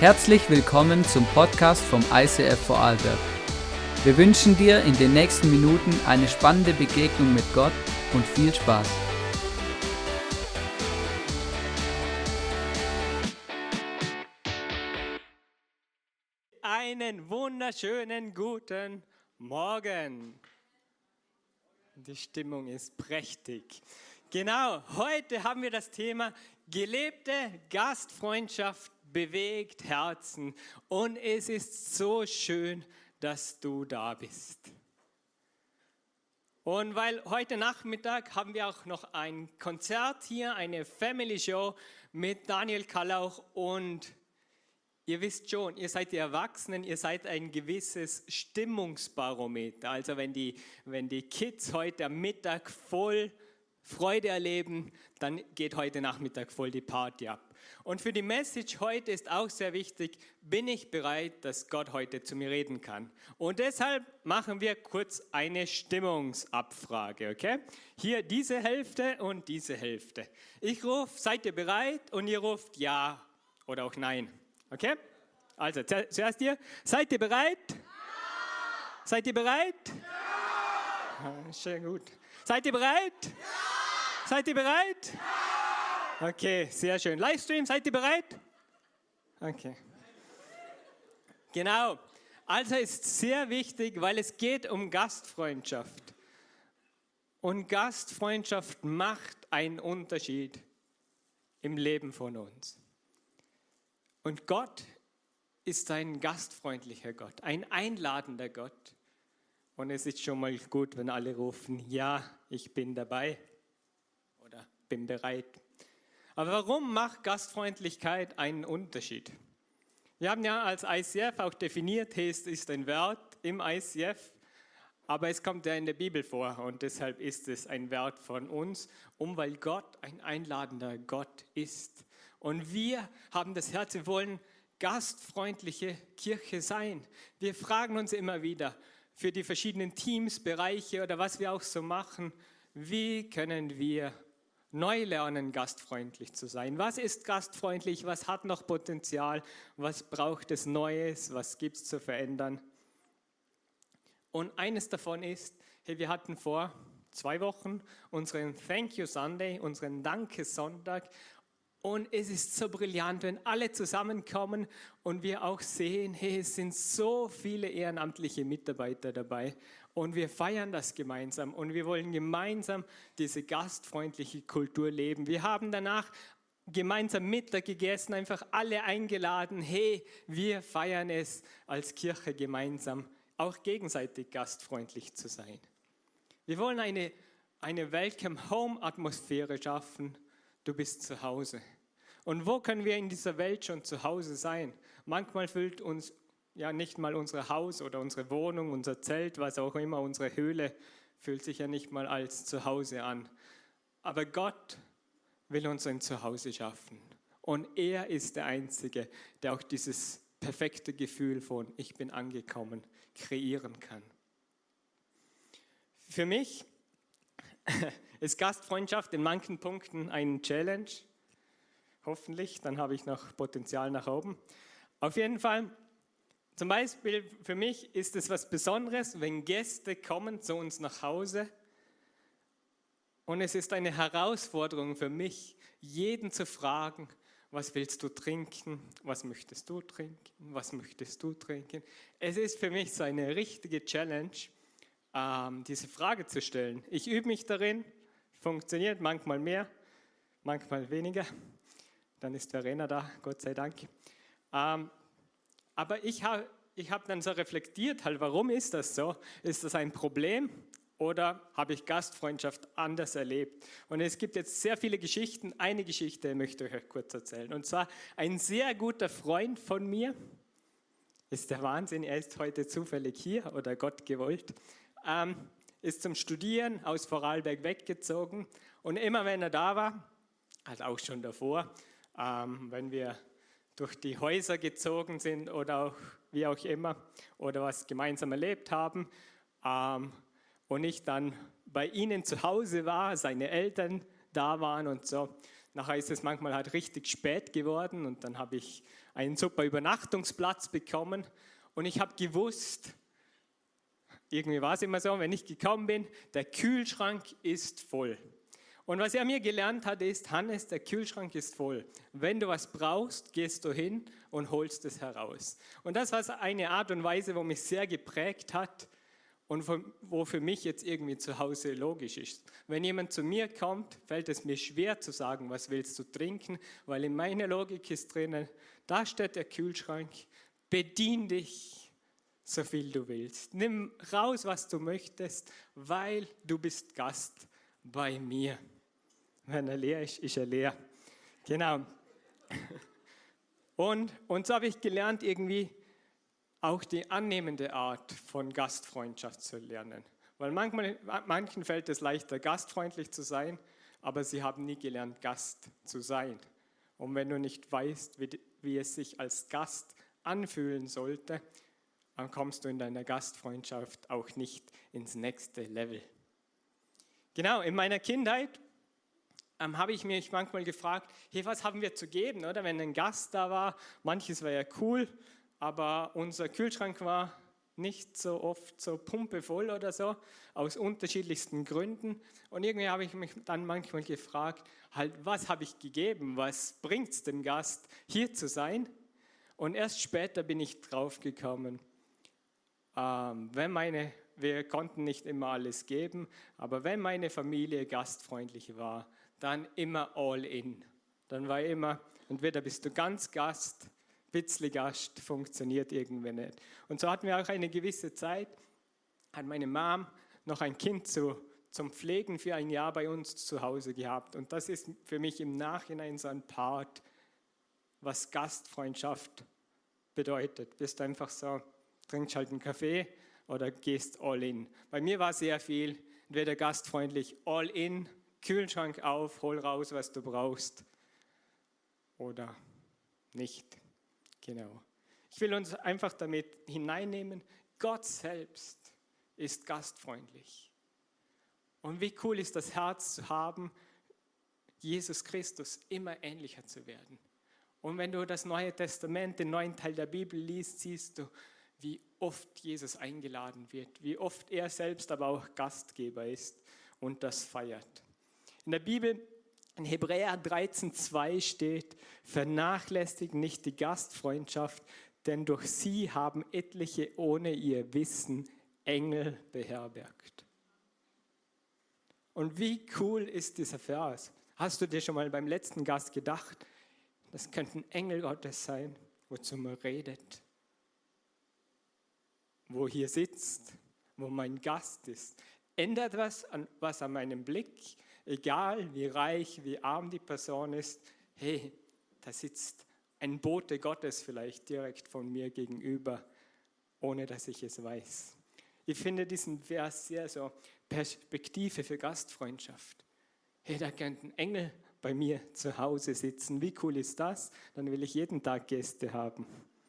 Herzlich willkommen zum Podcast vom ICF Vorarlberg. Wir wünschen dir in den nächsten Minuten eine spannende Begegnung mit Gott und viel Spaß. Einen wunderschönen guten Morgen. Die Stimmung ist prächtig. Genau, heute haben wir das Thema gelebte Gastfreundschaft bewegt Herzen. Und es ist so schön, dass du da bist. Und weil heute Nachmittag haben wir auch noch ein Konzert hier, eine Family Show mit Daniel Kallauch und ihr wisst schon, ihr seid die Erwachsenen, ihr seid ein gewisses Stimmungsbarometer. Also wenn die Kids heute am Mittag voll Freude erleben, dann geht heute Nachmittag voll die Party ab. Und für die Message heute ist auch sehr wichtig, bin ich bereit, dass Gott heute zu mir reden kann. Und deshalb machen wir kurz eine Stimmungsabfrage, okay? Hier diese Hälfte und diese Hälfte. Ich rufe, seid ihr bereit? Und ihr ruft ja oder auch nein. Okay? Also, zuerst ihr. Seid ihr bereit? Ja! Seid ihr bereit? Ja! Schön gut. Seid ihr bereit? Ja! Seid ihr bereit? Ja! Okay, sehr schön. Livestream, seid ihr bereit? Okay. Genau. Also ist sehr wichtig, weil es geht um Gastfreundschaft. Und Gastfreundschaft macht einen Unterschied im Leben von uns. Und Gott ist ein gastfreundlicher Gott, ein einladender Gott. Und es ist schon mal gut, wenn alle rufen, ja, ich bin dabei oder bin bereit. Aber warum macht Gastfreundlichkeit einen Unterschied? Wir haben ja als ICF auch definiert, Haste ist ein Wert im ICF, aber es kommt ja in der Bibel vor und deshalb ist es ein Wert von uns, weil Gott ein einladender Gott ist. Und wir haben das Herz, wir wollen gastfreundliche Kirche sein. Wir fragen uns immer wieder für die verschiedenen Teams, Bereiche oder was wir auch so machen, wie können wir neu lernen, gastfreundlich zu sein? Was ist gastfreundlich? Was hat noch Potenzial? Was braucht es Neues? Was gibt es zu verändern? Und eines davon ist, hey, wir hatten vor 2 Wochen unseren Thank You Sunday, unseren Dankessonntag. Und es ist so brillant, wenn alle zusammenkommen und wir auch sehen, hey, es sind so viele ehrenamtliche Mitarbeiter dabei und wir feiern das gemeinsam und wir wollen gemeinsam diese gastfreundliche Kultur leben. Wir haben danach gemeinsam Mittag gegessen, einfach alle eingeladen, hey, wir feiern es als Kirche gemeinsam, auch gegenseitig gastfreundlich zu sein. Wir wollen eine Welcome-Home-Atmosphäre schaffen. Du bist zu Hause. Und wo können wir in dieser Welt schon zu Hause sein? Manchmal fühlt uns ja nicht mal unser Haus oder unsere Wohnung, unser Zelt, was auch immer, unsere Höhle, fühlt sich ja nicht mal als Zuhause an. Aber Gott will uns ein Zuhause schaffen. Und er ist der Einzige, der auch dieses perfekte Gefühl von ich bin angekommen kreieren kann. Für mich ist Gastfreundschaft in manchen Punkten ein Challenge. Hoffentlich, dann habe ich noch Potenzial nach oben. Auf jeden Fall, zum Beispiel für mich ist es was Besonderes, wenn Gäste kommen zu uns nach Hause. Und es ist eine Herausforderung für mich, jeden zu fragen, was willst du trinken, was möchtest du trinken, was möchtest du trinken. Es ist für mich so eine richtige Challenge, diese Frage zu stellen. Ich übe mich darin, funktioniert manchmal mehr, manchmal weniger. Dann ist Verena da, Gott sei Dank. Aber ich hab dann so reflektiert, halt, warum ist das so? Ist das ein Problem oder habe ich Gastfreundschaft anders erlebt? Und es gibt jetzt sehr viele Geschichten. Eine Geschichte möchte ich euch kurz erzählen. Und zwar ein sehr guter Freund von mir, ist der Wahnsinn, er ist heute zufällig hier oder Gott gewollt, ist zum Studieren aus Vorarlberg weggezogen und immer wenn er da war, also auch schon davor, wenn wir durch die Häuser gezogen sind oder auch wie auch immer oder was gemeinsam erlebt haben und ich dann bei ihnen zu Hause war, seine Eltern da waren und so, Nachher ist es manchmal halt richtig spät geworden und dann habe ich einen super Übernachtungsplatz bekommen und ich habe gewusst, irgendwie war es immer so, wenn ich gekommen bin, der Kühlschrank ist voll. Und was er mir gelernt hat, ist, Hannes, der Kühlschrank ist voll. Wenn du was brauchst, gehst du hin und holst es heraus. Und das war eine Art und Weise, wo mich sehr geprägt hat und wo für mich jetzt irgendwie zu Hause logisch ist. Wenn jemand zu mir kommt, fällt es mir schwer zu sagen, was willst du trinken, weil in meiner Logik ist drinnen, da steht der Kühlschrank, bedien dich, so viel du willst. Nimm raus, was du möchtest, weil du bist Gast bei mir. Wenn er leer ist, ist er leer. Genau. Und so habe ich gelernt, irgendwie auch die annehmende Art von Gastfreundschaft zu lernen. Weil manchen fällt es leichter, gastfreundlich zu sein, aber sie haben nie gelernt, Gast zu sein. Und wenn du nicht weißt, wie es sich als Gast anfühlen sollte, dann kommst du in deiner Gastfreundschaft auch nicht ins nächste Level. Genau, in meiner Kindheit habe ich mich manchmal gefragt, hey, was haben wir zu geben, oder? Wenn ein Gast da war, manches war ja cool, aber unser Kühlschrank war nicht so oft so pumpevoll oder so, aus unterschiedlichsten Gründen. Und irgendwie habe ich mich dann manchmal gefragt, halt, was habe ich gegeben, was bringt es dem Gast, hier zu sein? Und erst später bin ich draufgekommen, wir konnten nicht immer alles geben, aber wenn meine Familie gastfreundlich war, dann immer all in. Dann war immer, entweder bist du ganz Gast, bisschen Gast, funktioniert irgendwie nicht. Und so hatten wir auch eine gewisse Zeit, hat meine Mom noch ein Kind zum Pflegen für ein Jahr bei uns zu Hause gehabt. Und das ist für mich im Nachhinein so ein Part, was Gastfreundschaft bedeutet. Bist einfach so, trinkst halt einen Kaffee oder gehst all in. Bei mir war sehr viel, entweder gastfreundlich all in, Kühlschrank auf, hol raus, was du brauchst oder nicht. Genau. Ich will uns einfach damit hineinnehmen, Gott selbst ist gastfreundlich. Und wie cool ist das Herz zu haben, Jesus Christus immer ähnlicher zu werden. Und wenn du das Neue Testament, den neuen Teil der Bibel liest, siehst du, wie oft Jesus eingeladen wird, wie oft er selbst aber auch Gastgeber ist und das feiert. In der Bibel, in Hebräer 13,2 steht, vernachlässigt nicht die Gastfreundschaft, denn durch sie haben etliche ohne ihr Wissen Engel beherbergt. Und wie cool ist dieser Vers? Hast du dir schon mal beim letzten Gast gedacht, das könnten Engel Gottes sein, wozu man redet, wo hier sitzt, wo mein Gast ist. Ändert was an meinem Blick? Egal wie reich, wie arm die Person ist, hey, da sitzt ein Bote Gottes vielleicht direkt von mir gegenüber, ohne dass ich es weiß. Ich finde diesen Vers sehr so Perspektive für Gastfreundschaft. Hey, da könnten Engel bei mir zu Hause sitzen. Wie cool ist das? Dann will ich jeden Tag Gäste haben.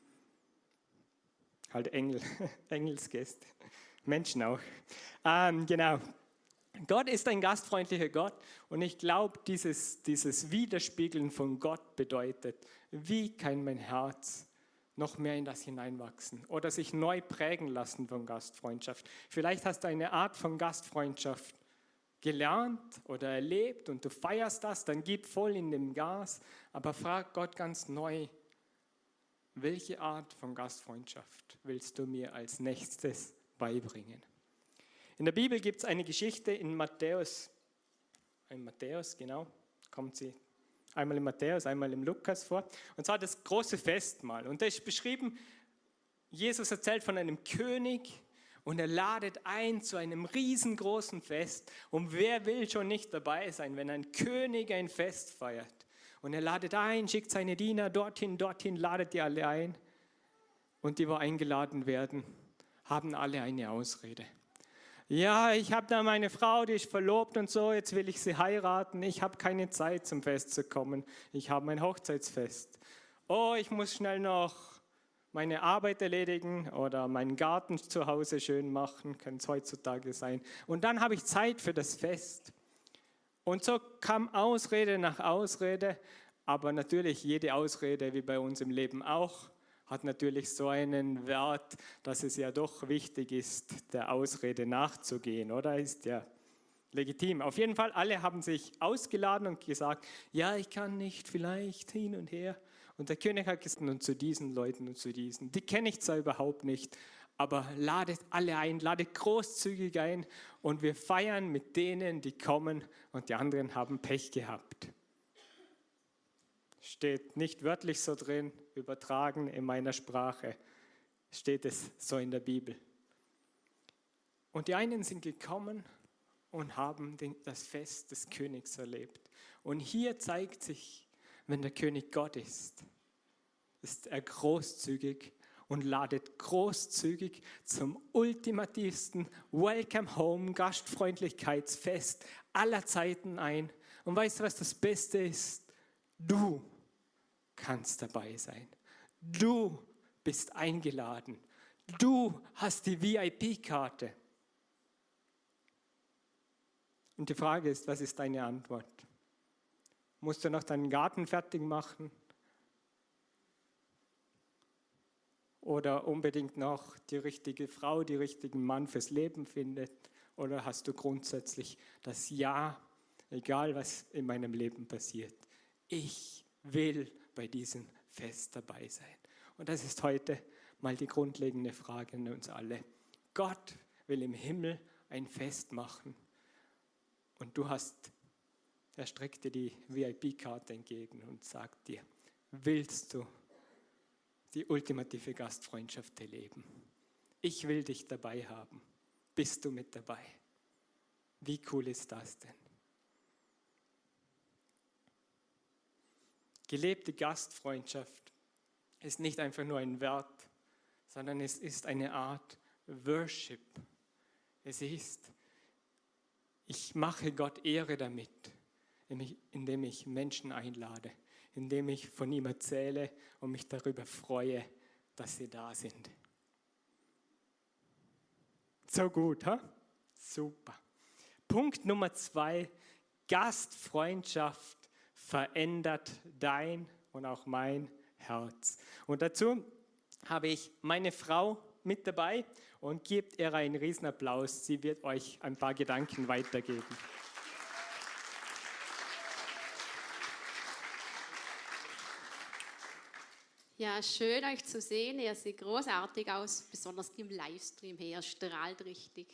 Halt Engel, Engelsgäste, Menschen auch. Genau. Gott ist ein gastfreundlicher Gott und ich glaube, dieses Widerspiegeln von Gott bedeutet, wie kann mein Herz noch mehr in das hineinwachsen oder sich neu prägen lassen von Gastfreundschaft. Vielleicht hast du eine Art von Gastfreundschaft gelernt oder erlebt und du feierst das, dann gib voll in dem Gas, aber frag Gott ganz neu, welche Art von Gastfreundschaft willst du mir als nächstes beibringen? In der Bibel gibt es eine Geschichte in Matthäus, genau, kommt sie einmal in Matthäus, einmal im Lukas vor, und zwar das große Festmahl. Und da ist beschrieben, Jesus erzählt von einem König und er ladet ein zu einem riesengroßen Fest. Und wer will schon nicht dabei sein, wenn ein König ein Fest feiert? Und er ladet ein, schickt seine Diener dorthin, ladet die alle ein. Und die, wo eingeladen werden, haben alle eine Ausrede. Ja, ich habe da meine Frau, die ist verlobt und so, jetzt will ich sie heiraten. Ich habe keine Zeit zum Fest zu kommen. Ich habe mein Hochzeitsfest. Oh, ich muss schnell noch meine Arbeit erledigen oder meinen Garten zu Hause schön machen, könnte es heutzutage sein. Und dann habe ich Zeit für das Fest. Und so kam Ausrede nach Ausrede, aber natürlich jede Ausrede, wie bei uns im Leben auch, hat natürlich so einen Wert, dass es ja doch wichtig ist, der Ausrede nachzugehen, oder? Ist ja legitim. Auf jeden Fall, alle haben sich ausgeladen und gesagt, ja, ich kann nicht, vielleicht hin und her. Und der König hat gesagt, und zu diesen Leuten und zu diesen, die kenne ich zwar überhaupt nicht, aber ladet alle ein, ladet großzügig ein und wir feiern mit denen, die kommen und die anderen haben Pech gehabt. Steht nicht wörtlich so drin, übertragen in meiner Sprache, steht es so in der Bibel. Und die einen sind gekommen und haben das Fest des Königs erlebt. Und hier zeigt sich, wenn der König Gott ist er großzügig und ladet großzügig zum ultimativsten Welcome Home Gastfreundlichkeitsfest aller Zeiten ein. Und weißt du, was das Beste ist? Du kannst dabei sein. Du bist eingeladen. Du hast die VIP-Karte. Und die Frage ist, was ist deine Antwort? Musst du noch deinen Garten fertig machen? Oder unbedingt noch die richtige Frau, die richtigen Mann fürs Leben findet? Oder hast du grundsätzlich das Ja, egal was in meinem Leben passiert? Ich will bei diesem Fest dabei sein. Und das ist heute mal die grundlegende Frage an uns alle. Gott will im Himmel ein Fest machen. Und er streckt dir die VIP-Karte entgegen und sagt dir, willst du die ultimative Gastfreundschaft erleben? Ich will dich dabei haben. Bist du mit dabei? Wie cool ist das denn? Gelebte Gastfreundschaft ist nicht einfach nur ein Wert, sondern es ist eine Art Worship. Es ist, ich mache Gott Ehre damit, indem ich Menschen einlade, indem ich von ihm erzähle und mich darüber freue, dass sie da sind. So gut, ha? Super. Punkt Nummer 2, Gastfreundschaft verändert dein und auch mein Herz. Und dazu habe ich meine Frau mit dabei und gebt ihr einen Riesenapplaus. Sie wird euch ein paar Gedanken weitergeben. Ja, schön euch zu sehen. Ihr seht großartig aus, besonders im Livestream her, strahlt richtig.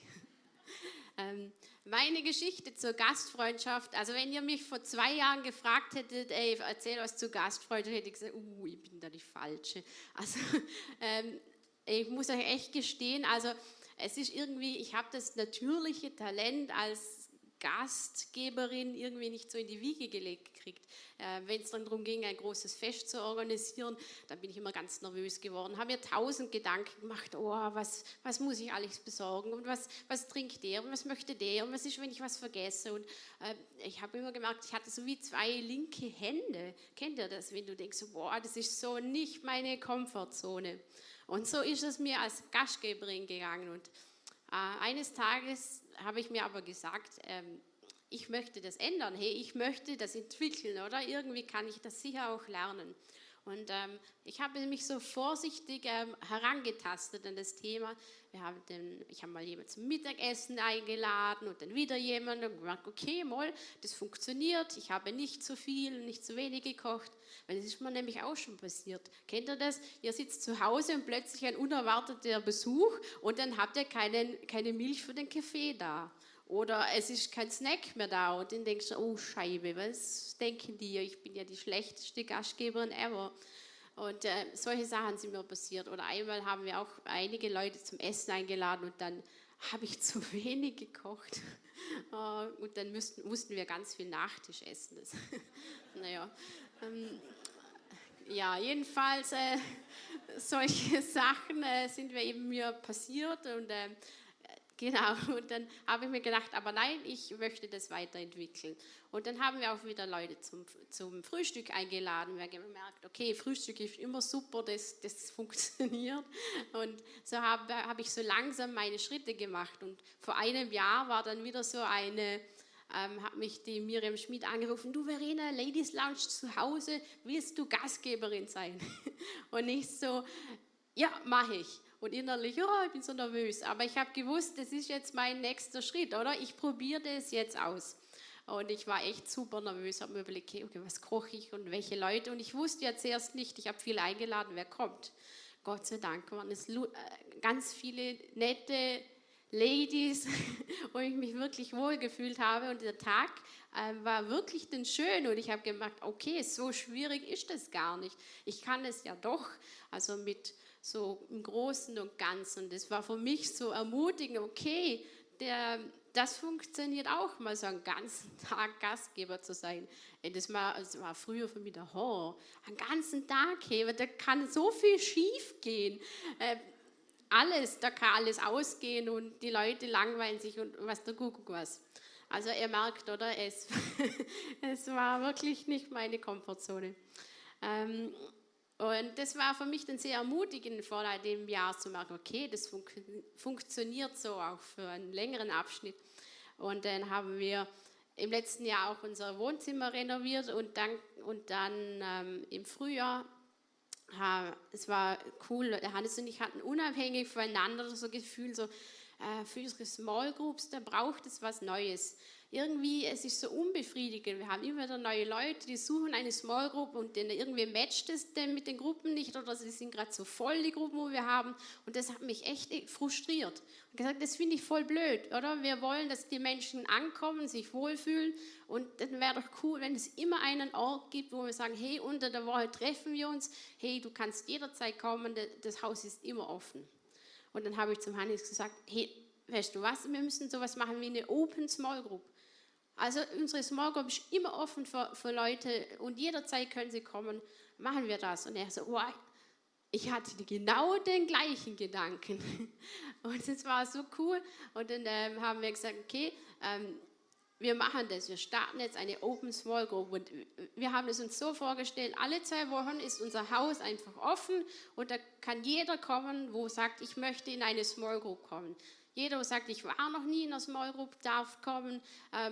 Meine Geschichte zur Gastfreundschaft, also wenn ihr mich vor 2 Jahren gefragt hättet, ey, erzähl was zur Gastfreundschaft, hätte ich gesagt, ich bin da die Falsche. Also ich muss euch echt gestehen, also es ist irgendwie, ich habe das natürliche Talent als Gastgeberin irgendwie nicht so in die Wiege gelegt gekriegt. Wenn es dann darum ging, ein großes Fest zu organisieren, dann bin ich immer ganz nervös geworden, habe mir 1000 Gedanken gemacht, oh, was muss ich alles besorgen und was trinkt der und was möchte der und was ist, wenn ich was vergesse. Und ich habe immer gemerkt, ich hatte so wie 2 linke Hände. Kennt ihr das, wenn du denkst, boah, das ist so nicht meine Komfortzone. Und so ist es mir als Gastgeberin gegangen. Und eines Tages habe ich mir aber gesagt, ich möchte das ändern, hey, ich möchte das entwickeln, oder? Irgendwie kann ich das sicher auch lernen. Und ich habe mich so vorsichtig herangetastet an das Thema. Ich habe mal jemanden zum Mittagessen eingeladen und dann wieder jemanden und gemerkt, okay, mal, das funktioniert. Ich habe nicht zu viel und nicht zu wenig gekocht, weil das ist mir nämlich auch schon passiert. Kennt ihr das? Ihr sitzt zu Hause und plötzlich ein unerwarteter Besuch und dann habt ihr keine Milch für den Kaffee da. Oder es ist kein Snack mehr da und dann denkst du, oh Scheibe, was denken die? Ich bin ja die schlechteste Gastgeberin ever. Und solche Sachen sind mir passiert. Oder einmal haben wir auch einige Leute zum Essen eingeladen und dann habe ich zu wenig gekocht. Und dann mussten wir ganz viel Nachtisch essen. Naja, ja, jedenfalls solche Sachen sind mir passiert und genau, und dann habe ich mir gedacht, aber nein, ich möchte das weiterentwickeln. Und dann haben wir auch wieder Leute zum Frühstück eingeladen. Wir haben gemerkt, okay, Frühstück ist immer super, das funktioniert. Und so habe ich so langsam meine Schritte gemacht. Und vor einem Jahr war dann wieder so eine hat mich die Miriam Schmid angerufen, du Verena, Ladies Lounge zu Hause, willst du Gastgeberin sein? Und ich so, ja, mache ich. Und innerlich, oh, ich bin so nervös. Aber ich habe gewusst, das ist jetzt mein nächster Schritt, oder? Ich probiere das jetzt aus. Und ich war echt super nervös, habe mir überlegt, okay, was koche ich und welche Leute. Und ich wusste ja zuerst nicht, ich habe viel eingeladen, wer kommt. Gott sei Dank waren es ganz viele nette Ladies, wo ich mich wirklich wohl gefühlt habe. Und der Tag war wirklich dann schön. Und ich habe gemerkt, okay, so schwierig ist das gar nicht. Ich kann es ja doch, also mit so im Großen und Ganzen. Das war für mich so ermutigend, okay, das funktioniert auch, mal so einen ganzen Tag Gastgeber zu sein. Das war früher für mich der Horror. Einen ganzen Tag, hey, da kann so viel schief gehen. Da kann alles ausgehen und die Leute langweilen sich und was der Kuckuck was. Also ihr merkt, oder? Es war wirklich nicht meine Komfortzone. Und das war für mich dann sehr ermutigend vor dem Jahr zu merken, okay, das funktioniert so auch für einen längeren Abschnitt. Und dann haben wir im letzten Jahr auch unser Wohnzimmer renoviert und dann im Frühjahr, es war cool, der Hannes und ich hatten unabhängig voneinander so Gefühl, so für unsere Small Groups, da braucht es was Neues. Irgendwie, es ist so unbefriedigend. Wir haben immer wieder neue Leute, die suchen eine Small Group und irgendwie matcht es denn mit den Gruppen nicht oder sie sind gerade so voll, die Gruppen, wo wir haben. Und das hat mich echt frustriert. Und gesagt, das finde ich voll blöd, oder? Wir wollen, dass die Menschen ankommen, sich wohlfühlen und dann wäre doch cool, wenn es immer einen Ort gibt, wo wir sagen, hey, unter der Woche treffen wir uns, hey, du kannst jederzeit kommen, das Haus ist immer offen. Und dann habe ich zum Hannes gesagt, hey, weißt du was, wir müssen sowas machen wie eine Open Small Group. Also unsere Small Group ist immer offen für Leute und jederzeit können sie kommen, machen wir das. Und er so, wow, ich hatte genau den gleichen Gedanken. Und es war so cool. Und dann haben wir gesagt, okay, wir machen das, wir starten jetzt eine Open Small Group. Und wir haben es uns so vorgestellt, alle 2 Wochen ist unser Haus einfach offen und da kann jeder kommen, wo sagt, ich möchte in eine Small Group kommen. Jeder, der sagt, ich war noch nie in einer Small Group, darf kommen.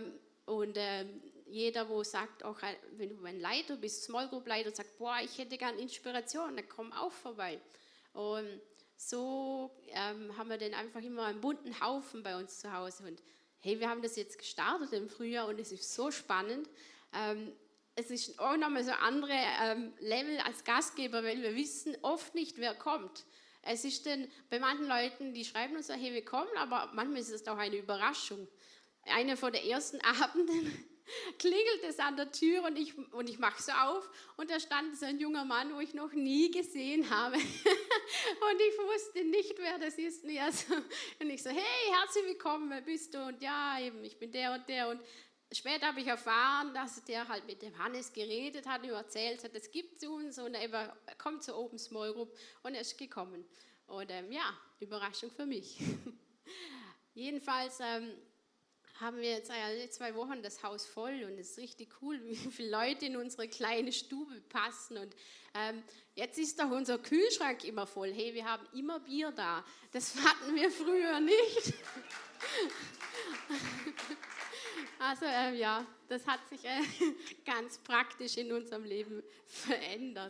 Und jeder, wo sagt, auch wenn du ein Leiter bist, Small Group Leiter, sagt, boah, ich hätte gern Inspiration, dann komm auch vorbei. Und so haben wir dann einfach immer einen bunten Haufen bei uns zu Hause. Und hey, wir haben das jetzt gestartet im Frühjahr und es ist so spannend. Es ist auch nochmal so andere Level als Gastgeber, weil wir wissen oft nicht, wer kommt. Es ist dann bei manchen Leuten, die schreiben uns so, hey, wir kommen, aber manchmal ist es auch eine Überraschung. Einer von den ersten Abenden klingelt es an der Tür und ich mache so auf und da stand so ein junger Mann, wo ich noch nie gesehen habe und ich wusste nicht, wer das ist. Und ich so, hey, herzlich willkommen, wer bist du? Und ja, eben, ich bin der und der. Und später habe ich erfahren, dass der halt mit dem Hannes geredet hat, ihm erzählt hat, das gibt es uns und er kommt zur Open Small Group und er ist gekommen. Und ja, Überraschung für mich. Jedenfalls haben wir jetzt alle 2 Wochen das Haus voll und es ist richtig cool, wie viele Leute in unsere kleine Stube passen. Und jetzt ist doch unser Kühlschrank immer voll. Hey, wir haben immer Bier da. Das hatten wir früher nicht. Also ja, das hat sich ganz praktisch in unserem Leben verändert.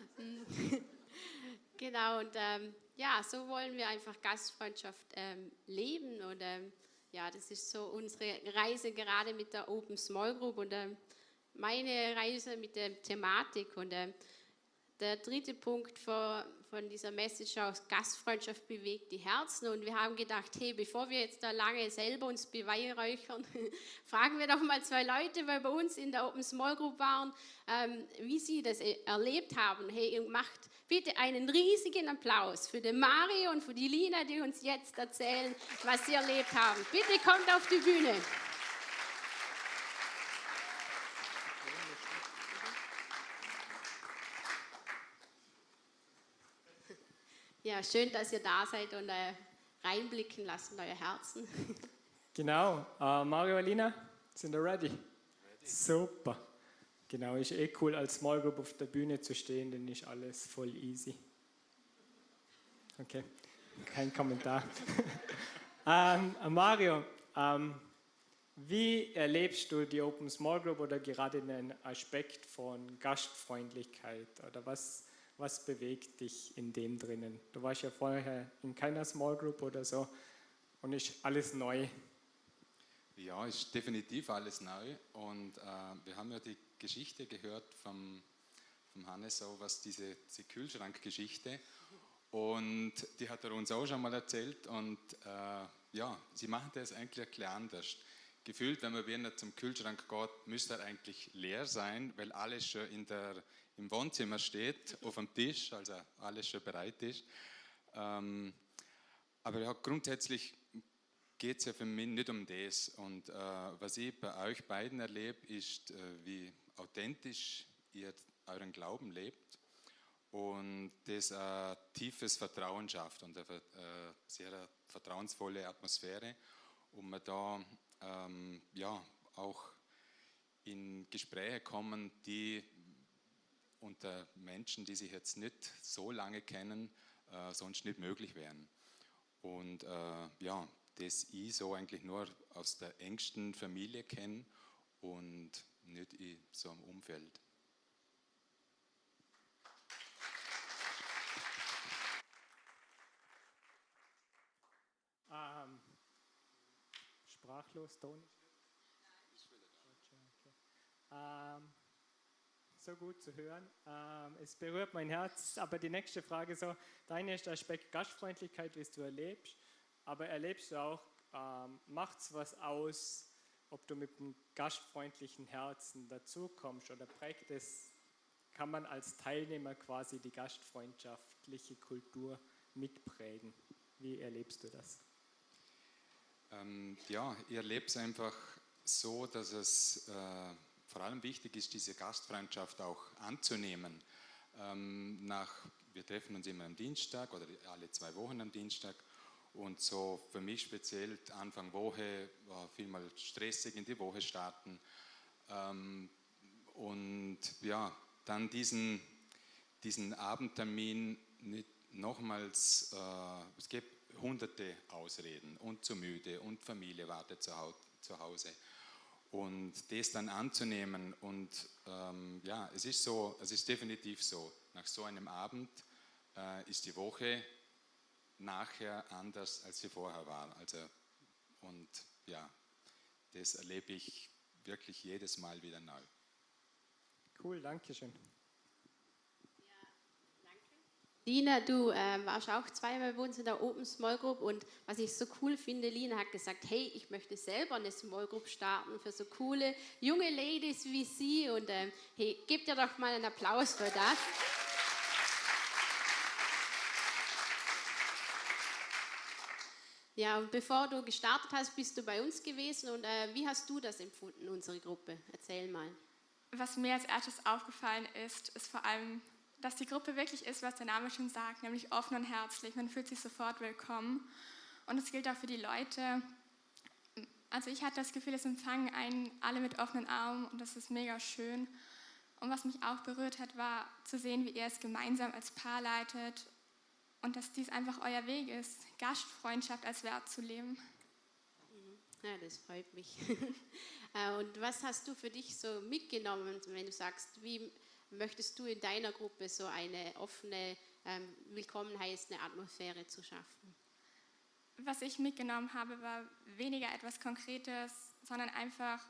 Genau, und ja, so wollen wir einfach Gastfreundschaft leben und ja, das ist so unsere Reise gerade mit der Open Small Group und meine Reise mit der Thematik. Und der 3. Punkt von dieser Message aus Gastfreundschaft bewegt die Herzen. Und wir haben gedacht, hey, bevor wir jetzt da lange selber uns beweihräuchern, fragen wir doch mal 2 Leute, weil bei uns in der Open Small Group waren, wie sie das erlebt haben. Hey, macht bitte einen riesigen Applaus für den Mario und für die Lina, die uns jetzt erzählen, was sie erlebt haben. Bitte kommt auf die Bühne. Ja, schön, dass ihr da seid und reinblicken lasst in euer Herzen. Genau, Mario und Lina, sind ihr ready? Super. Genau, ist cool, als Small Group auf der Bühne zu stehen, dann ist alles voll easy. Okay, kein Kommentar. Mario, Wie erlebst du die Open Small Group oder gerade den Aspekt von Gastfreundlichkeit? Oder was bewegt dich in dem drinnen? Du warst ja vorher in keiner Small Group oder so und ist alles neu. Ja, ist definitiv alles neu und wir haben ja die Geschichte gehört vom Hannes, auch was diese Kühlschrankgeschichte, und die hat er uns auch schon mal erzählt und ja, sie machen das eigentlich ein bisschen anders. Gefühlt, wenn man wieder zum Kühlschrank geht, müsste er eigentlich leer sein, weil alles schon im Wohnzimmer steht, auf dem Tisch, also alles schon bereit ist. Aber ja, grundsätzlich geht es ja für mich nicht um das. Und was ich bei euch beiden erlebe, ist, wie authentisch ihr euren Glauben lebt und das ein tiefes Vertrauen schafft und eine sehr vertrauensvolle Atmosphäre, und man da ja, auch in Gespräche kommen, die unter Menschen, die sich jetzt nicht so lange kennen, sonst nicht möglich wären. Und ja, das ich so eigentlich nur aus der engsten Familie kenne und nicht in so einem Umfeld. Sprachlos, Ton. So gut zu hören. Es berührt mein Herz, aber die nächste Frage so, dein erster Aspekt Gastfreundlichkeit, wie du erlebst, aber erlebst du auch, macht es was aus, ob du mit einem gastfreundlichen Herzen dazukommst oder prägt es, kann man als Teilnehmer quasi die gastfreundschaftliche Kultur mitprägen? Wie erlebst du das? Ja, ich erlebe es einfach so, dass es vor allem wichtig ist, diese Gastfreundschaft auch anzunehmen. Wir treffen uns immer am Dienstag oder alle 2 Wochen am Dienstag, und so für mich speziell Anfang Woche war vielmal stressig in die Woche starten, und ja, dann diesen Abendtermin nicht nochmals, es gibt hunderte Ausreden und zu müde und Familie wartet zu Hause. Und das dann anzunehmen und ja, es ist definitiv so, nach so einem Abend ist die Woche nachher anders, als sie vorher war. Also, und ja, das erlebe ich wirklich jedes Mal wieder neu. Cool, danke schön. Lina, du warst auch zweimal bei uns in der Open Small Group, und was ich so cool finde, Lina hat gesagt, hey, ich möchte selber eine Small Group starten für so coole junge Ladies wie sie, und hey, gebt ihr doch mal einen Applaus für das. Ja, und bevor du gestartet hast, bist du bei uns gewesen, und wie hast du das empfunden, unsere Gruppe? Erzähl mal. Was mir als erstes aufgefallen ist vor allem, dass die Gruppe wirklich ist, was der Name schon sagt, nämlich offen und herzlich. Man fühlt sich sofort willkommen. Und das gilt auch für die Leute. Also ich hatte das Gefühl, es empfangen einen alle mit offenen Armen, und das ist mega schön. Und was mich auch berührt hat, war zu sehen, wie ihr es gemeinsam als Paar leitet und dass dies einfach euer Weg ist, Gastfreundschaft als Wert zu leben. Ja, das freut mich. Und was hast du für dich so mitgenommen, wenn du sagst, wie möchtest du in deiner Gruppe so eine offene, willkommen heißende Atmosphäre zu schaffen? Was ich mitgenommen habe, war weniger etwas Konkretes, sondern einfach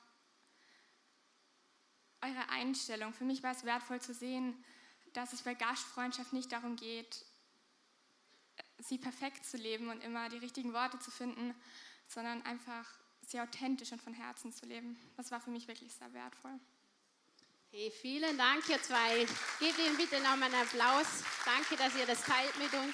eure Einstellung. Für mich war es wertvoll zu sehen, dass es bei Gastfreundschaft nicht darum geht, sie perfekt zu leben und immer die richtigen Worte zu finden, sondern einfach sehr authentisch und von Herzen zu leben. Das war für mich wirklich sehr wertvoll. Hey, vielen Dank, ihr zwei. Gebt ihm bitte nochmal einen Applaus. Danke, dass ihr das teilt mit uns.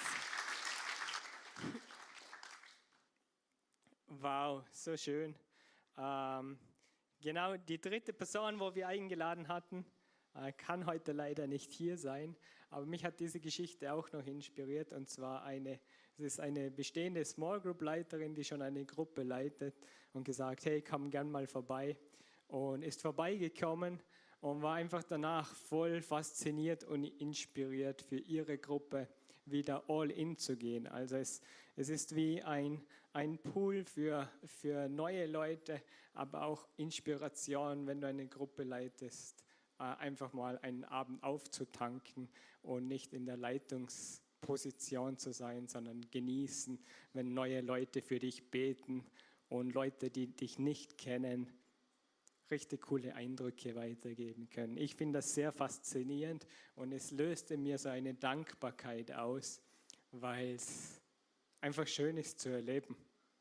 Wow, so schön. Genau, die dritte Person, wo wir eingeladen hatten, kann heute leider nicht hier sein, aber mich hat diese Geschichte auch noch inspiriert, und zwar es ist eine bestehende Small Group Leiterin, die schon eine Gruppe leitet, und gesagt, hey, komm gern mal vorbei, und ist vorbeigekommen und war einfach danach voll fasziniert und inspiriert für ihre Gruppe wieder all in zu gehen. Also es ist wie ein ein Pool für neue Leute, aber auch Inspiration, wenn du eine Gruppe leitest, einfach mal einen Abend aufzutanken und nicht in der Leitungsposition zu sein, sondern genießen, wenn neue Leute für dich beten und Leute, die dich nicht kennen, richtig coole Eindrücke weitergeben können. Ich finde das sehr faszinierend und es löst in mir so eine Dankbarkeit aus, weil es einfach schön ist zu erleben.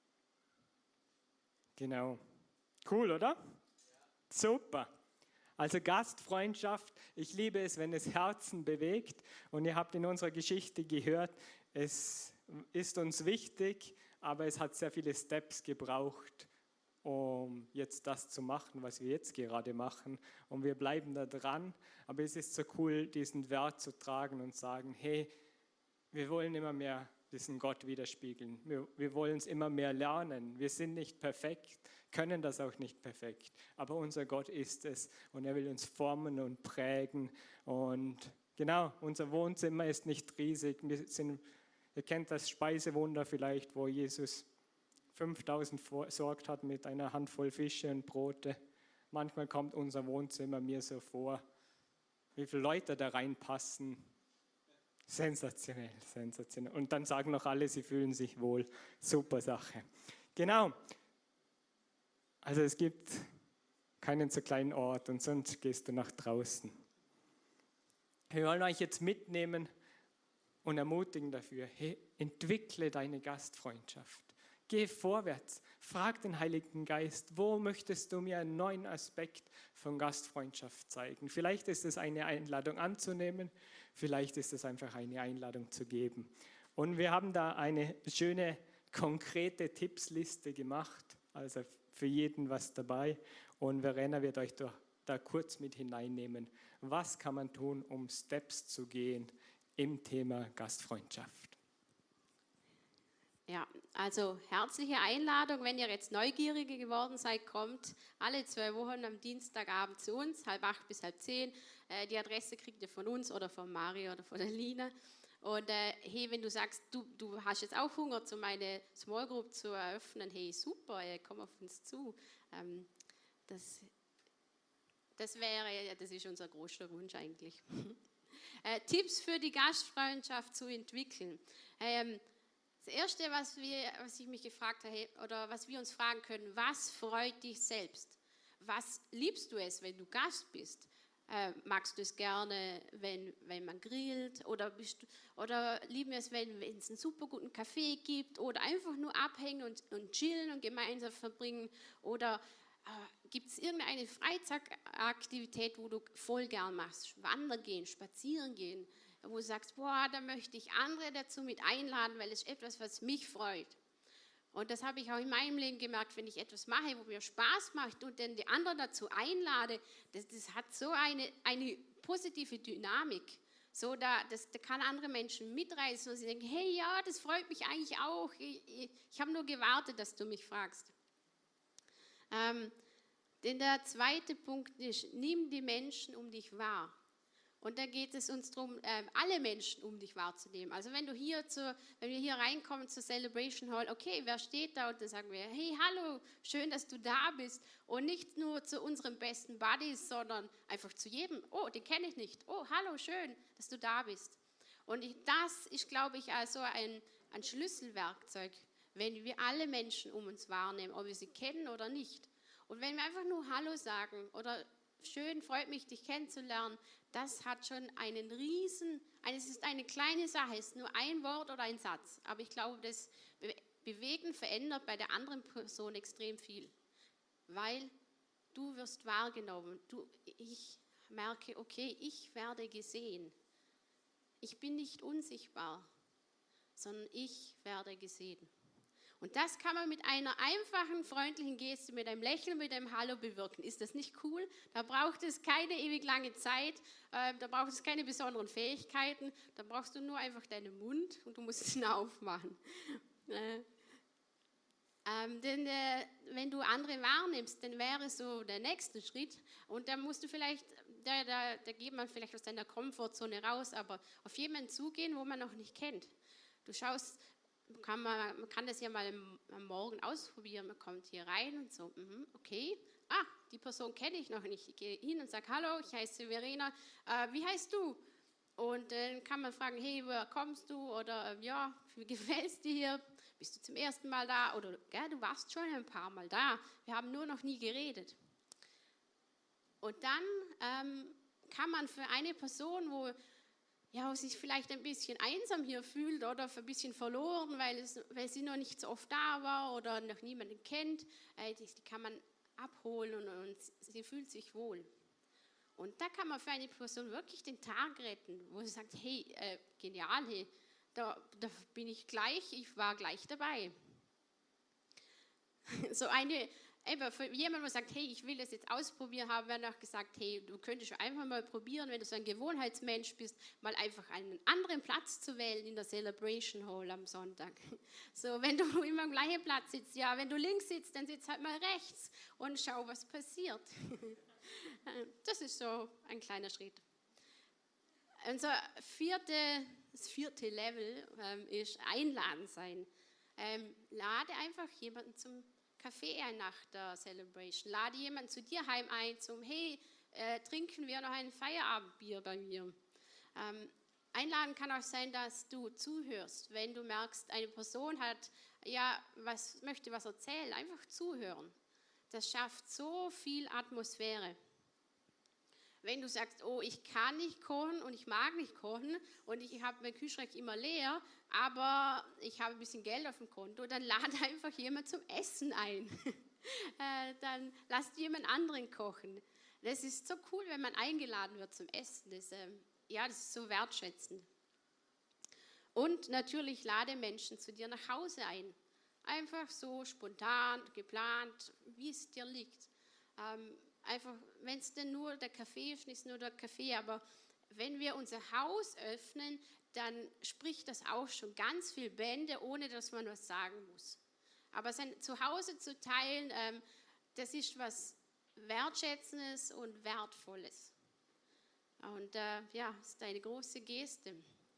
Genau. Cool, oder? Super. Also Gastfreundschaft, ich liebe es, wenn es Herzen bewegt. Und ihr habt in unserer Geschichte gehört, es ist uns wichtig, aber es hat sehr viele Steps gebraucht, um jetzt das zu machen, was wir jetzt gerade machen. Und wir bleiben da dran. Aber es ist so cool, diesen Wert zu tragen und sagen, hey, wir wollen immer mehr diesen Gott widerspiegeln. Wir wollen es immer mehr lernen. Wir sind nicht perfekt, können das auch nicht perfekt. Aber unser Gott ist es und er will uns formen und prägen. Und genau, unser Wohnzimmer ist nicht riesig. Ihr kennt das Speisewunder vielleicht, wo Jesus 5000 versorgt hat mit einer Handvoll Fische und Brote. Manchmal kommt unser Wohnzimmer mir so vor, wie viele Leute da reinpassen. Sensationell, sensationell. Und dann sagen noch alle, sie fühlen sich wohl. Super Sache. Genau. Also es gibt keinen so kleinen Ort und sonst gehst du nach draußen. Wir wollen euch jetzt mitnehmen und ermutigen dafür. Hey, entwickle deine Gastfreundschaft. Geh vorwärts, frag den Heiligen Geist, wo möchtest du mir einen neuen Aspekt von Gastfreundschaft zeigen? Vielleicht ist es eine Einladung anzunehmen, vielleicht ist es einfach eine Einladung zu geben. Und wir haben da eine schöne, konkrete Tippsliste gemacht, also für jeden was dabei. Und Verena wird euch da kurz mit hineinnehmen. Was kann man tun, um Steps zu gehen im Thema Gastfreundschaft? Ja, also herzliche Einladung, wenn ihr jetzt Neugierige geworden seid, kommt alle 2 Wochen am Dienstagabend zu uns, 7:30 bis 9:30. Die Adresse kriegt ihr von uns oder von Mario oder von der Lina. Und hey, wenn du sagst, du hast jetzt auch Hunger, meine Small Group zu eröffnen, hey, super, komm auf uns zu. Das ist unser größter Wunsch eigentlich. Tipps für die Gastfreundschaft zu entwickeln. Das Erste, was ich mich gefragt habe, oder was wir uns fragen können, was freut dich selbst? Was liebst du es, wenn du Gast bist? Magst du es gerne, wenn man grillt? Oder lieben wir es, wenn es einen super guten Kaffee gibt? Oder einfach nur abhängen und chillen und gemeinsam verbringen? Oder gibt es irgendeine Freizeitaktivität, wo du voll gern machst? Wandern gehen, spazieren gehen? Wo du sagst, boah, da möchte ich andere dazu mit einladen, weil es ist etwas, was mich freut. Und das habe ich auch in meinem Leben gemerkt, wenn ich etwas mache, wo mir Spaß macht und dann die anderen dazu einlade, das hat so eine positive Dynamik. So, da kann andere Menschen mitreißen und sie denken, hey, ja, das freut mich eigentlich auch. Ich habe nur gewartet, dass du mich fragst. Denn der zweite Punkt ist, nimm die Menschen um dich wahr. Und da geht es uns darum, alle Menschen um dich wahrzunehmen. Also wenn wir hier reinkommen zur Celebration Hall, okay, wer steht da? Und dann sagen wir, hey, hallo, schön, dass du da bist. Und nicht nur zu unseren besten Buddies, sondern einfach zu jedem. Oh, den kenne ich nicht. Oh, hallo, schön, dass du da bist. Und das ist, glaube ich, also ein Schlüsselwerkzeug, wenn wir alle Menschen um uns wahrnehmen, ob wir sie kennen oder nicht. Und wenn wir einfach nur Hallo sagen oder schön, freut mich, dich kennenzulernen, das hat schon es ist eine kleine Sache, es ist nur ein Wort oder ein Satz, aber ich glaube, das Bewegen verändert bei der anderen Person extrem viel, weil du wirst wahrgenommen, ich merke, okay, ich werde gesehen, ich bin nicht unsichtbar, sondern ich werde gesehen. Und das kann man mit einer einfachen, freundlichen Geste, mit einem Lächeln, mit einem Hallo bewirken. Ist das nicht cool? Da braucht es keine ewig lange Zeit, da braucht es keine besonderen Fähigkeiten, da brauchst du nur einfach deinen Mund und du musst ihn aufmachen. Denn wenn du andere wahrnimmst, dann wäre so der nächste Schritt und da musst du vielleicht, da geht man vielleicht aus deiner Komfortzone raus, aber auf jemanden zugehen, wo man noch nicht kennt. Du schaust, man kann das ja mal am Morgen ausprobieren. Man kommt hier rein und so, okay. Die Person kenne ich noch nicht. Ich gehe hin und sage, hallo, ich heiße Verena, wie heißt du? Und dann kann man fragen, hey, woher kommst du? Oder ja, wie gefällt es dir hier? Bist du zum ersten Mal da? Oder ja, du warst schon ein paar Mal da. Wir haben nur noch nie geredet. Und dann kann man für eine Person, wo sich vielleicht ein bisschen einsam hier fühlt oder ein bisschen verloren, weil sie noch nicht so oft da war oder noch niemanden kennt, die kann man abholen und sie fühlt sich wohl. Und da kann man für eine Person wirklich den Tag retten, wo sie sagt, hey, genial, hey, da bin ich war gleich dabei. So für jemanden, der sagt, hey, ich will das jetzt ausprobieren, haben wir noch gesagt, hey, du könntest schon einfach mal probieren, wenn du so ein Gewohnheitsmensch bist, mal einfach einen anderen Platz zu wählen in der Celebration Hall am Sonntag. So, wenn du immer am gleichen Platz sitzt, ja, wenn du links sitzt, dann sitz halt mal rechts und schau, was passiert. Das ist so ein kleiner Schritt. Unser das vierte Level ist Einladen sein. Lade einfach jemanden zum Kaffee ein nach der Celebration. Lade jemanden zu dir heim ein, hey, trinken wir noch ein Feierabendbier bei mir. Einladen kann auch sein, dass du zuhörst. Wenn du merkst, eine Person möchte was erzählen, einfach zuhören. Das schafft so viel Atmosphäre. Wenn du sagst, oh, ich kann nicht kochen und ich mag nicht kochen und ich habe meinen Kühlschrank immer leer, aber ich habe ein bisschen Geld auf dem Konto, dann lade einfach jemand zum Essen ein. Dann lass jemand anderen kochen. Das ist so cool, wenn man eingeladen wird zum Essen. Das ist so wertschätzend. Und natürlich lade Menschen zu dir nach Hause ein. Einfach so spontan, geplant, wie es dir liegt. Einfach, wenn es denn nur der Kaffee ist nur der Kaffee, aber wenn wir unser Haus öffnen, dann spricht das auch schon ganz viel Bände, ohne dass man was sagen muss. Aber sein Zuhause zu teilen, das ist was Wertschätzendes und Wertvolles. Und das ist eine große Geste.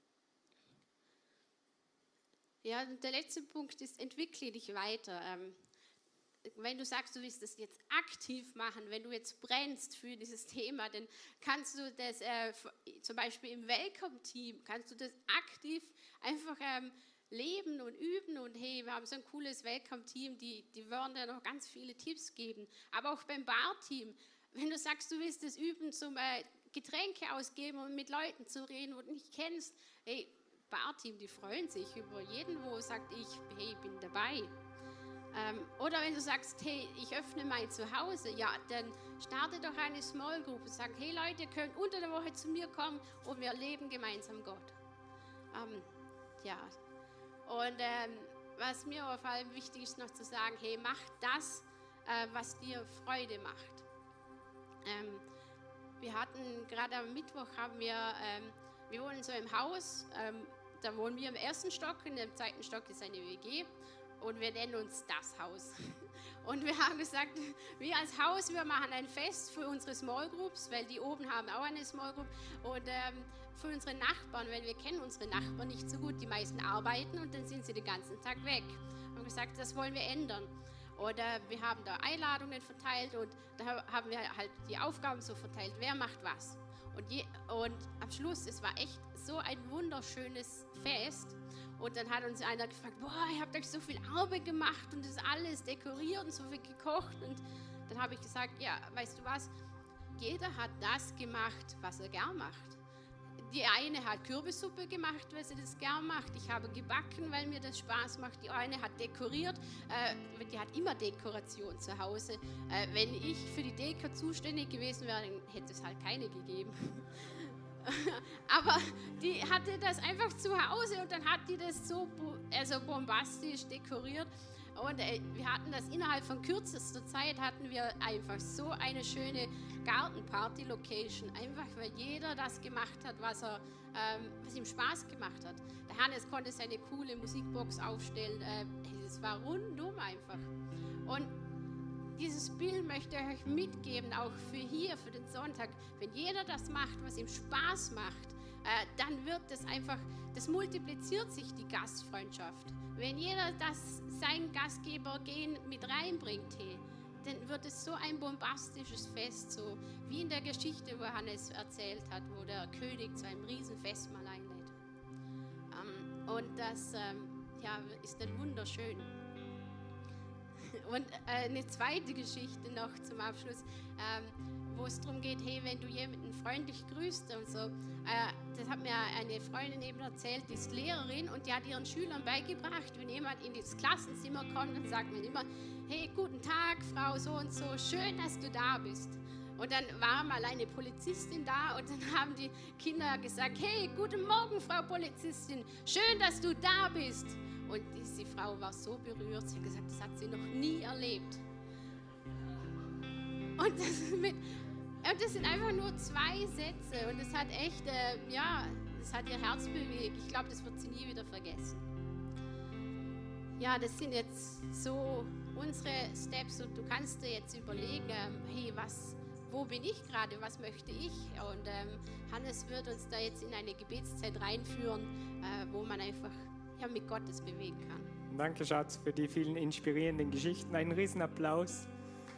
Ja, und der letzte Punkt ist, entwickle dich weiter. Wenn du sagst, du willst das jetzt aktiv machen, wenn du jetzt brennst für dieses Thema, dann kannst du das zum Beispiel im Welcome-Team, kannst du das aktiv einfach leben und üben. Und hey, wir haben so ein cooles Welcome-Team, die werden dir noch ganz viele Tipps geben. Aber auch beim Bar-Team, wenn du sagst, du willst das üben, zum Getränke ausgeben und mit Leuten zu reden, wo du nicht kennst, hey, Bar-Team, die freuen sich über jeden, wo sagt, ich bin dabei. Oder wenn du sagst, hey, ich öffne mein Zuhause, ja, dann starte doch eine Small Group und sag, hey Leute, ihr könnt unter der Woche zu mir kommen und wir leben gemeinsam Gott. Und was mir auf allem wichtig ist noch zu sagen, hey, mach das, was dir Freude macht. Wir hatten gerade am Mittwoch, wir wohnen so im Haus, da wohnen wir im ersten Stock, in dem zweiten Stock ist eine WG. Und wir nennen uns das Haus. Und wir haben gesagt, wir als Haus, wir machen ein Fest für unsere Small Groups, weil die oben haben auch eine Small Group. Und für unsere Nachbarn, weil wir kennen unsere Nachbarn nicht so gut. Die meisten arbeiten und dann sind sie den ganzen Tag weg. Wir haben gesagt, das wollen wir ändern. Und wir haben da Einladungen verteilt und da haben wir halt die Aufgaben so verteilt, wer macht was. Und am Schluss, es war echt so ein wunderschönes Fest. Und dann hat uns einer gefragt, ihr habt euch so viel Arbeit gemacht und das alles dekoriert und so viel gekocht. Und dann habe ich gesagt, ja, weißt du was, jeder hat das gemacht, was er gern macht. Die eine hat Kürbissuppe gemacht, weil sie das gern macht. Ich habe gebacken, weil mir das Spaß macht. Die eine hat dekoriert, die hat immer Dekoration zu Hause. Wenn ich für die Deko zuständig gewesen wäre, dann hätte es halt keine gegeben. Aber die hatte das einfach zu Hause und dann hat die das so bombastisch dekoriert. Und wir hatten das innerhalb von kürzester Zeit, hatten wir einfach so eine schöne Gartenparty-Location. Einfach, weil jeder das gemacht hat, was ihm Spaß gemacht hat. Der Hannes konnte seine coole Musikbox aufstellen. Es war rundum einfach. Und dieses Bild möchte ich euch mitgeben, auch für hier, für den Sonntag. Wenn jeder das macht, was ihm Spaß macht, dann wird das einfach, das multipliziert sich, die Gastfreundschaft. Wenn jeder sein Gastgebergehen mit reinbringt, hey, dann wird es so ein bombastisches Fest, so wie in der Geschichte, wo Hannes erzählt hat, wo der König zu einem Riesenfest mal einlädt. Und das ist dann wunderschön. Und eine zweite Geschichte noch zum Abschluss, wo es darum geht, hey, wenn du jemanden freundlich grüßt und so. Das hat mir eine Freundin eben erzählt, die ist Lehrerin und die hat ihren Schülern beigebracht, wenn jemand in das Klassenzimmer kommt, dann sagt man immer, hey, guten Tag, Frau so und so, schön, dass du da bist. Und dann war mal eine Polizistin da und dann haben die Kinder gesagt, hey, guten Morgen, Frau Polizistin, schön, dass du da bist. Und diese Frau war so berührt, sie hat gesagt, das hat sie noch nie erlebt. Und das sind einfach nur 2 Sätze und das hat echt, das hat ihr Herz bewegt. Ich glaube, das wird sie nie wieder vergessen. Ja, das sind jetzt so unsere Steps und du kannst dir jetzt überlegen, hey, wo bin ich gerade, was möchte ich? Und Hannes wird uns da jetzt in eine Gebetszeit reinführen, wo man einfach mit Gottes bewegen kann. Danke, Schatz, für die vielen inspirierenden Geschichten. Einen Riesenapplaus.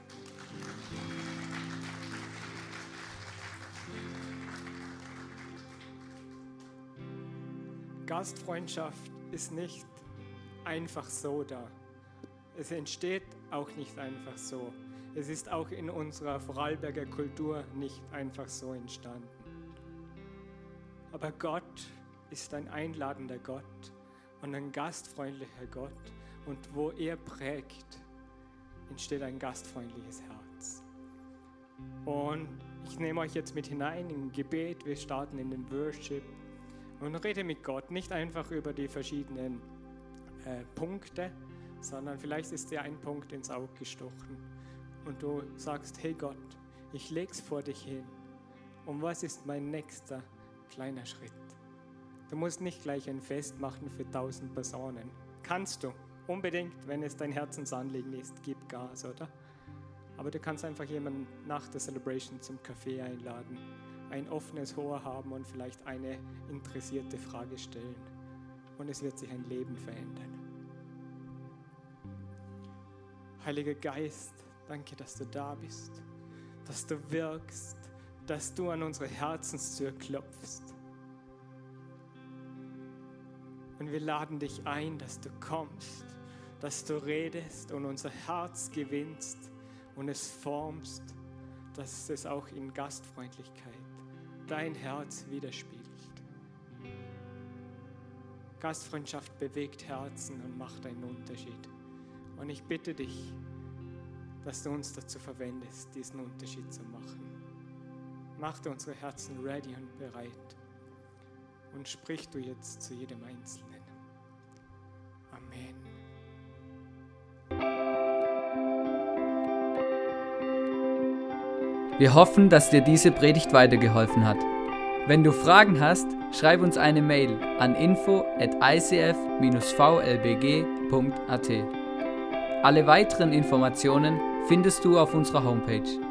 Gastfreundschaft ist nicht einfach so da. Es entsteht auch nicht einfach so. Es ist auch in unserer Vorarlberger Kultur nicht einfach so entstanden. Aber Gott ist ein einladender Gott und ein gastfreundlicher Gott. Und wo er prägt, entsteht ein gastfreundliches Herz. Und ich nehme euch jetzt mit hinein in ein Gebet. Wir starten in den Worship und rede mit Gott. Nicht einfach über die verschiedenen Punkte, sondern vielleicht ist dir ein Punkt ins Auge gestochen. Und du sagst, hey Gott, ich leg's vor dich hin. Und was ist mein nächster kleiner Schritt? Du musst nicht gleich ein Fest machen für 1000 Personen. Kannst du, unbedingt, wenn es dein Herzensanliegen ist, gib Gas, oder? Aber du kannst einfach jemanden nach der Celebration zum Café einladen, ein offenes Ohr haben und vielleicht eine interessierte Frage stellen. Und es wird sich ein Leben verändern. Heiliger Geist, danke, dass du da bist, dass du wirkst, dass du an unsere Herzenstür klopfst. Und wir laden dich ein, dass du kommst, dass du redest und unser Herz gewinnst und es formst, dass es auch in Gastfreundlichkeit dein Herz widerspiegelt. Gastfreundschaft bewegt Herzen und macht einen Unterschied. Und ich bitte dich, dass du uns dazu verwendest, diesen Unterschied zu machen. Mach dir unsere Herzen ready und bereit. Und sprich du jetzt zu jedem Einzelnen. Amen. Wir hoffen, dass dir diese Predigt weitergeholfen hat. Wenn du Fragen hast, schreib uns eine Mail an info@icf-vlbg.at. Alle weiteren Informationen findest du auf unserer Homepage.